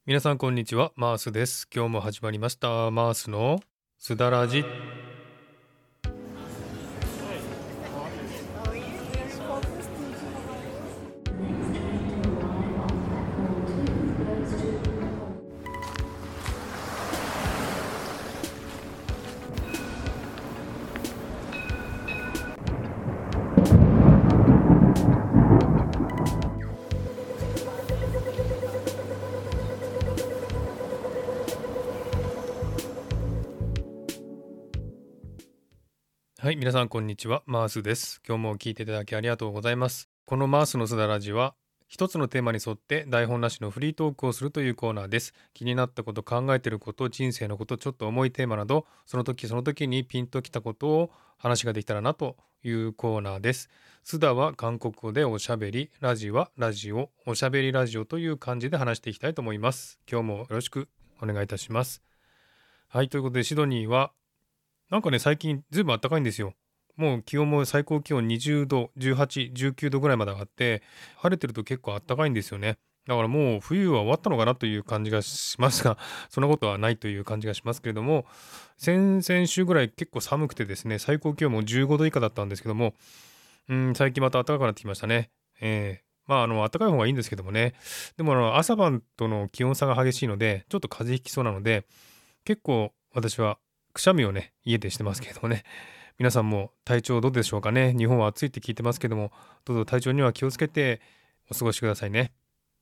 皆さんこんにちは、マースです。今日も始まりましたマースのすだらじ。はい、皆さんこんにちは、マースです。今日も聞いていただきありがとうございます。このマースのすだらじは一つのテーマに沿って台本なしのフリートークをするというコーナーです。気になったこと、考えていること、人生のこと、ちょっと重いテーマなど、その時その時にピンときたことを話ができたらなというコーナーです。すだは韓国語でおしゃべり、ラジはラジオ、おしゃべりラジオという感じで話していきたいと思います。今日もよろしくお願いいたします。はい、ということでシドニーはなんかね、最近ずいぶん暖かいんですよ。もう気温も最高気温20度、18、19度ぐらいまで上がって、晴れてると結構暖かいんですよね。だからもう冬は終わったのかなという感じがしますが、そんなことはないという感じがしますけれども、先々週ぐらい結構寒くてですね、最高気温も15度以下だったんですけども、最近また暖かくなってきましたね。暖かい方がいいんですけどもね。でも朝晩との気温差が激しいので、ちょっと風邪ひきそうなので、結構私はくしゃみをね、家でしてますけれどもね。皆さんも体調どうでしょうかね。日本は暑いって聞いてますけども、どうぞ体調には気をつけてお過ごしくださいね。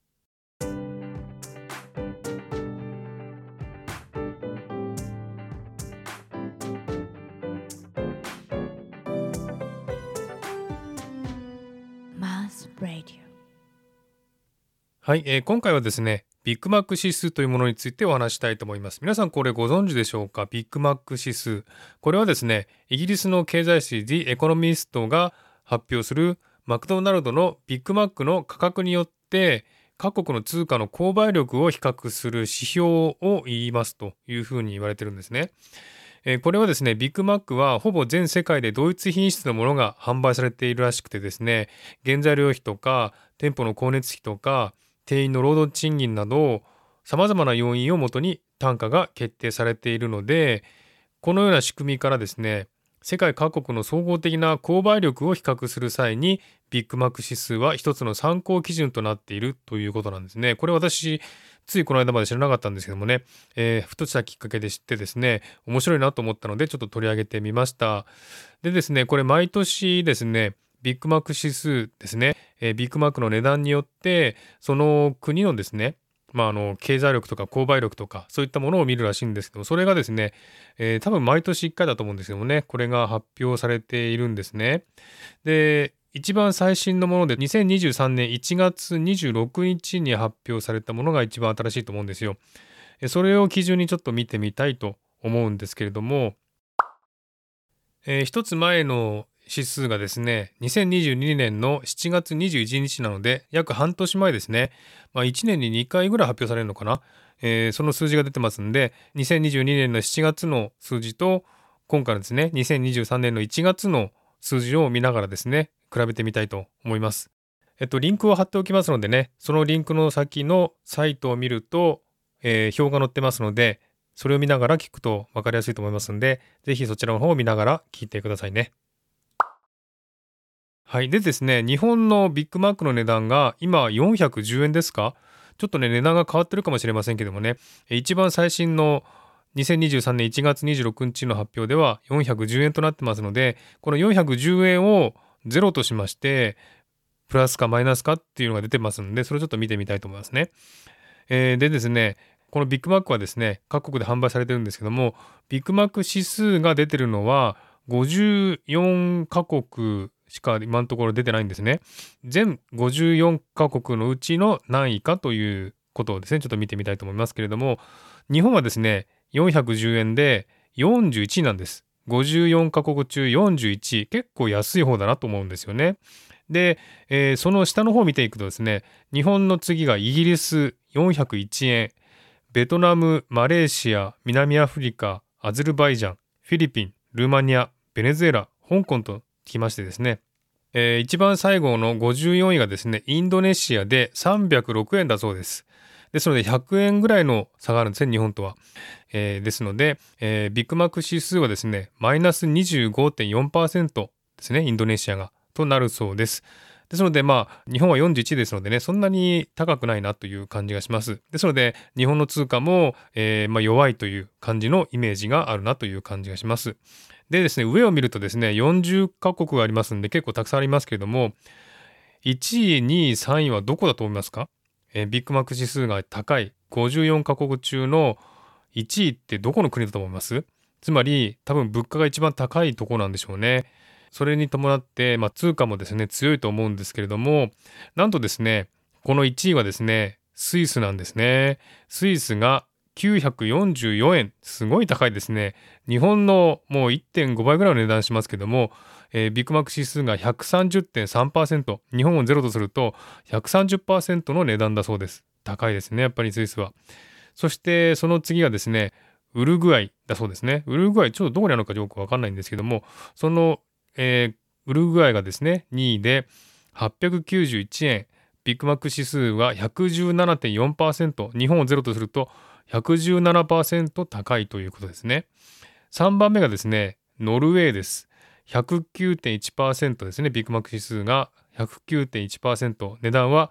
Mars Radio。 はい、今回はですね、ビッグマック指数というものについてお話したいと思います。皆さんこれご存知でしょうか？ビッグマック指数。これはですね、イギリスの経済誌 The Economist が発表するマクドナルドのビッグマックの価格によって各国の通貨の購買力を比較する指標を言いますというふうに言われてるんですね。これはですね、ビッグマックはほぼ全世界で同一品質のものが販売されているらしくてですね、原材料費とか店舗の光熱費とか店員の労働賃金など様々な要因をもとに単価が決定されているので、このような仕組みからですね、世界各国の総合的な購買力を比較する際にビッグマック指数は一つの参考基準となっているということなんですね。これ私ついこの間まで知らなかったんですけどもね、ふとしたきっかけで知ってですね、面白いなと思ったのでちょっと取り上げてみました。でですね、これ毎年ですね、ビッグマック指数ですね、ビッグマックの値段によってその国のですね、経済力とか購買力とかそういったものを見るらしいんですけども、それがですね、多分毎年1回だと思うんですけどもね、これが発表されているんですね。で、一番最新のもので2023年1月26日に発表されたものが一番新しいと思うんですよ。それを基準にちょっと見てみたいと思うんですけれども、一つ前の指数がですね、2022年の7月21日なので、約半年前ですね。1年に2回ぐらい発表されるのかな。その数字が出てますんで、2022年の7月の数字と、今回のですね、2023年の1月の数字を見ながらですね、比べてみたいと思います。リンクを貼っておきますのでね、そのリンクの先のサイトを見ると、表が載ってますので、それを見ながら聞くと分かりやすいと思いますので、ぜひそちらの方を見ながら聞いてくださいね。はい。でですね、日本のビッグマックの値段が今410円ですか？ちょっとね、値段が変わってるかもしれませんけどもね、一番最新の2023年1月26日の発表では410円となってますので、この410円をゼロとしまして、プラスかマイナスかっていうのが出てますので、それをちょっと見てみたいと思いますね。でですね、このビッグマックはですね、各国で販売されてるんですけども、ビッグマック指数が出てるのは54カ国しか今のところ出てないんですね。全54カ国のうちの何位かということをですね、ちょっと見てみたいと思いますけれども、日本はですね、410円で41位なんです。54カ国中41位、結構安い方だなと思うんですよね。で、その下の方を見ていくとですね、日本の次がイギリス401円、ベトナム、マレーシア、南アフリカ、アゼルバイジャン、フィリピン、ルーマニア、ベネズエラ、香港ときましてですね、一番最後の54位がですね、インドネシアで306円だそうです。 ですので100円ぐらいの差があるんですね、日本とは。ですので、ビッグマック指数はですね、マイナス 25.4% ですね、インドネシアが、となるそうです。ですので、日本は41ですのでね、そんなに高くないなという感じがします。ですので、日本の通貨も、弱いという感じのイメージがあるなという感じがします。でですね、上を見るとですね、40カ国がありますんで、結構たくさんありますけれども、1位、2位、3位はどこだと思いますか？ビッグマック指数が高い54カ国中の1位ってどこの国だと思います？つまり多分物価が一番高いところなんでしょうね。それに伴って、通貨もですね強いと思うんですけれども、なんとですねこの1位はですねスイスなんですね。スイスが944円、すごい高いですね。日本のもう 1.5 倍ぐらいの値段しますけども、ビッグマック指数が 130.3%、日本をゼロとすると 130% の値段だそうです。高いですね、やっぱりスイスは。そしてその次がですね、ウルグアイだそうですね。ウルグアイ、ちょっとどこにあるのかよくわかんないんですけども、その、ウルグアイがですね、2位で891円、ビッグマック指数は 117.4%、日本をゼロとすると 117% 高いということですね。3番目がですね、ノルウェーです。109.1% ですね。ビッグマック指数が 109.1%、値段は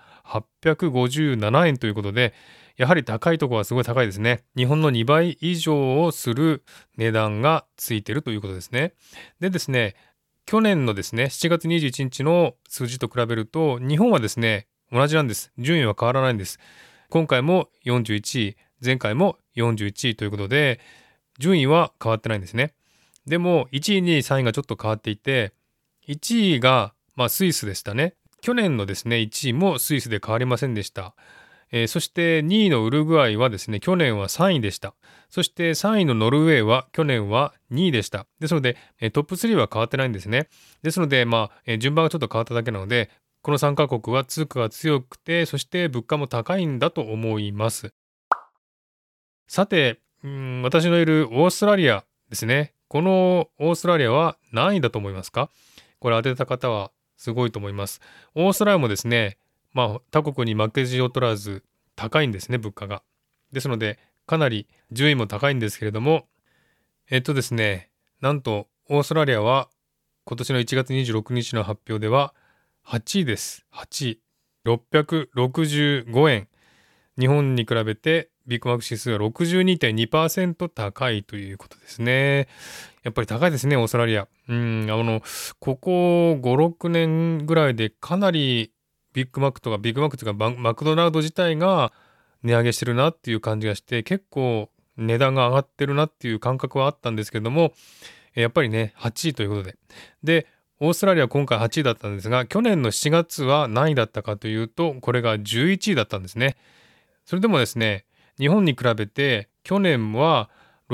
857円ということで、やはり高いところはすごい高いですね。日本の2倍以上をする値段がついているということですね。でですね、去年のですね、7月21日の数字と比べると、日本はですね、同じなんです。順位は変わらないんです。今回も41位、前回も41位ということで、順位は変わってないんですね。でも、1位、2位、3位がちょっと変わっていて、1位が、スイスでしたね。去年のですね、1位もスイスで変わりませんでした。そして2位のウルグアイはですね、去年は3位でした。そして3位のノルウェーは去年は2位でした。ですので、トップ3は変わってないんですね。ですので、順番がちょっと変わっただけなので、この3カ国は通貨が強くて、そして物価も高いんだと思います。さて、私のいるオーストラリアですね。このオーストラリアは何位だと思いますか？これ当てた方はすごいと思います。オーストラリアもですね、他国に負けじを取らず高いんですね、物価が。ですので、かなり順位も高いんですけれども、ですね、なんとオーストラリアは今年の1月26日の発表では8位です。8位。665円。日本に比べてビッグマック指数は 62.2% 高いということですね。やっぱり高いですね、オーストラリア。ここ5、6年ぐらいでかなりビッグマックというかマクドナルド自体が値上げしてるなっていう感じがして、結構値段が上がってるなっていう感覚はあったんですけども、やっぱりね、8位ということで。で、オーストラリアは今回8位だったんですが、去年の7月は何位だったかというと、これが11位だったんですね。それでもですね、日本に比べて去年は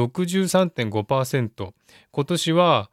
63.5%、今年は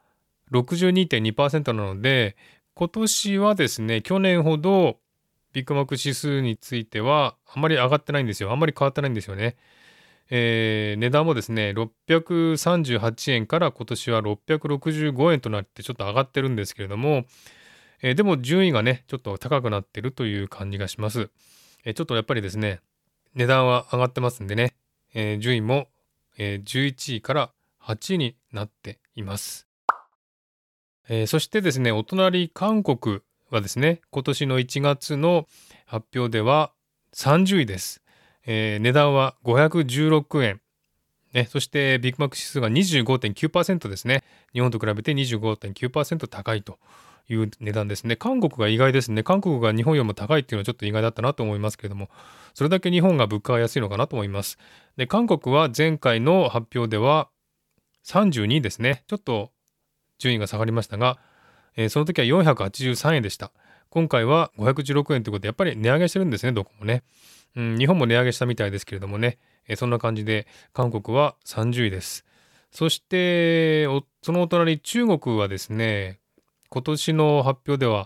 62.2% なので、今年はですね、去年ほどビッグマック指数についてはあまり上がってないんですよ。あんまり変わってないんですよね。値段もですね、638円から今年は665円となってちょっと上がってるんですけれども、でも順位がね、ちょっと高くなってるという感じがします。ちょっとやっぱりですね、値段は上がってますんでね、順位も、11位から8位になっています。そしてですね、お隣韓国はですね、今年の1月の発表では30位です。値段は516円。ね、そしてビッグマック指数が 25.9% ですね。日本と比べて 25.9% 高いという値段ですね。韓国が意外ですね。韓国が日本よりも高いっていうのはちょっと意外だったなと思いますけれども、それだけ日本が物価が安いのかなと思います。で、韓国は前回の発表では32位ですね。ちょっと順位が下がりましたが、その時は483円でした。今回は516円ということで、やっぱり値上げしてるんですね、どこもね。日本も値上げしたみたいですけれどもね、そんな感じで韓国は30位です。そしてそのお隣中国はですね、今年の発表では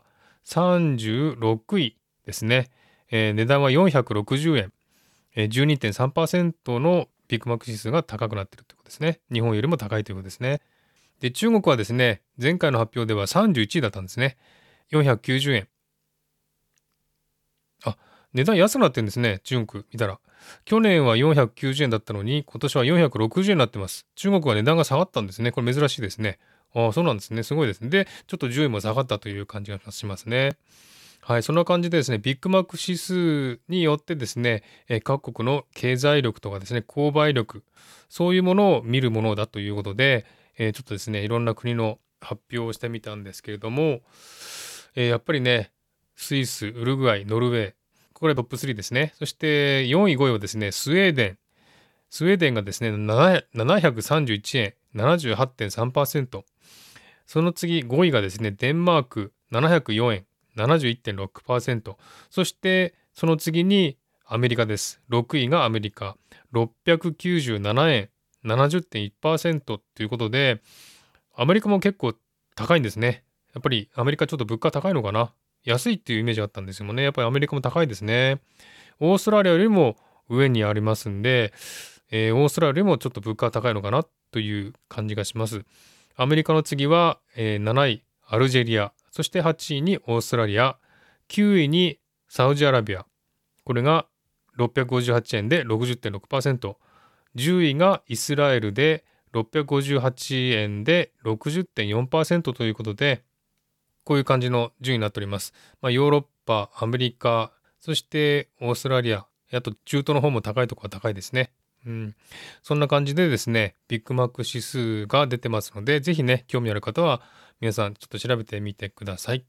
36位ですね。値段は460円、12.3% のビッグマック指数が高くなっているということですね。日本よりも高いということですね。で、中国はですね、前回の発表では31位だったんですね。490円。 値段安くなってるんですね。中国見たら。去年は490円だったのに、今年は460円になってます。中国は値段が下がったんですね。これ珍しいですね。ああ、そうなんですね。すごいですね。で、ちょっと順位も下がったという感じがしますね。はい、そんな感じでですね、ビッグマック指数によってですね、各国の経済力とかですね、購買力、そういうものを見るものだということで、ちょっとですね、いろんな国の発表をしてみたんですけれども、やっぱりね、スイス、ウルグアイ、ノルウェー、これトップ3ですね。そして4位、5位はですね、スウェーデン。スウェーデンがですね、731円、78.3%。その次、5位がですね、デンマーク、704円、71.6%。そしてその次にアメリカです。6位がアメリカ、697円、70.1% ということで、アメリカも結構高いんですね。やっぱりアメリカちょっと物価高いのかな。安いっていうイメージがあったんですよね。やっぱりアメリカも高いですね。オーストラリアよりも上にありますんで、オーストラリアよりもちょっと物価高いのかなという感じがします。アメリカの次は、7位アルジェリア、そして8位にオーストラリア、9位にサウジアラビア。これが658円で 60.6%。10位がイスラエルで658円で 60.4% ということで、こういう感じの順位になっております。ヨーロッパ、アメリカ、そしてオーストラリア、あと中東の方も高いところは高いですね。そんな感じでですね、ビッグマック指数が出てますので、ぜひね、興味ある方は皆さんちょっと調べてみてください。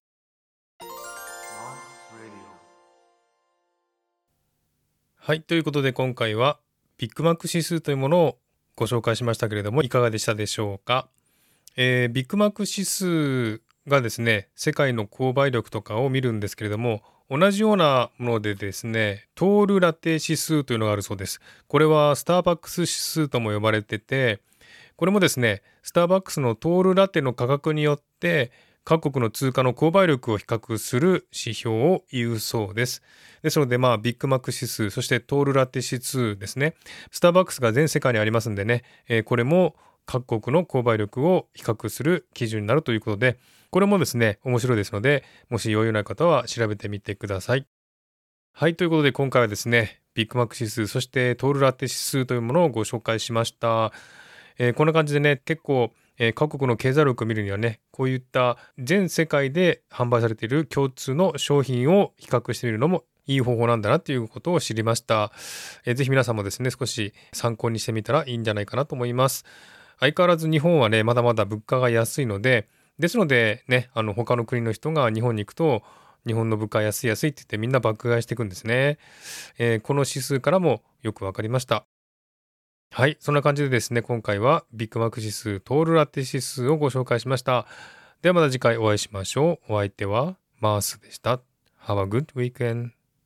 はい、ということで今回はビッグマック指数というものをご紹介しましたけれども、いかがでしたでしょうか。ビッグマック指数がですね、世界の購買力とかを見るんですけれども、同じようなものでですね、トールラテ指数というのがあるそうです。これはスターバックス指数とも呼ばれてて、これもですね、スターバックスのトールラテの価格によって各国の通貨の購買力を比較する指標を言うそうです。ですので、ビッグマック指数、そしてトールラテ指数ですね。スターバックスが全世界にありますんでね、これも各国の購買力を比較する基準になるということで、これもですね、面白いですので、もし余裕ない方は調べてみてください。はい、ということで今回はですね、ビッグマック指数、そしてトールラテ指数というものをご紹介しました。こんな感じでね、結構、各国の経済力を見るにはね、こういった全世界で販売されている共通の商品を比較してみるのもいい方法なんだなということを知りました。ぜひ皆さんもですね、少し参考にしてみたらいいんじゃないかなと思います。相変わらず日本はね、まだまだ物価が安いので、ですのでね、他の国の人が日本に行くと、日本の物価安い安いって言ってみんな爆買いしていくんですね。この指数からもよくわかりました。はい、そんな感じでですね、今回はビッグマック指数、トールラテ指数をご紹介しました。ではまた次回お会いしましょう。お相手はマースでした。Have a good weekend.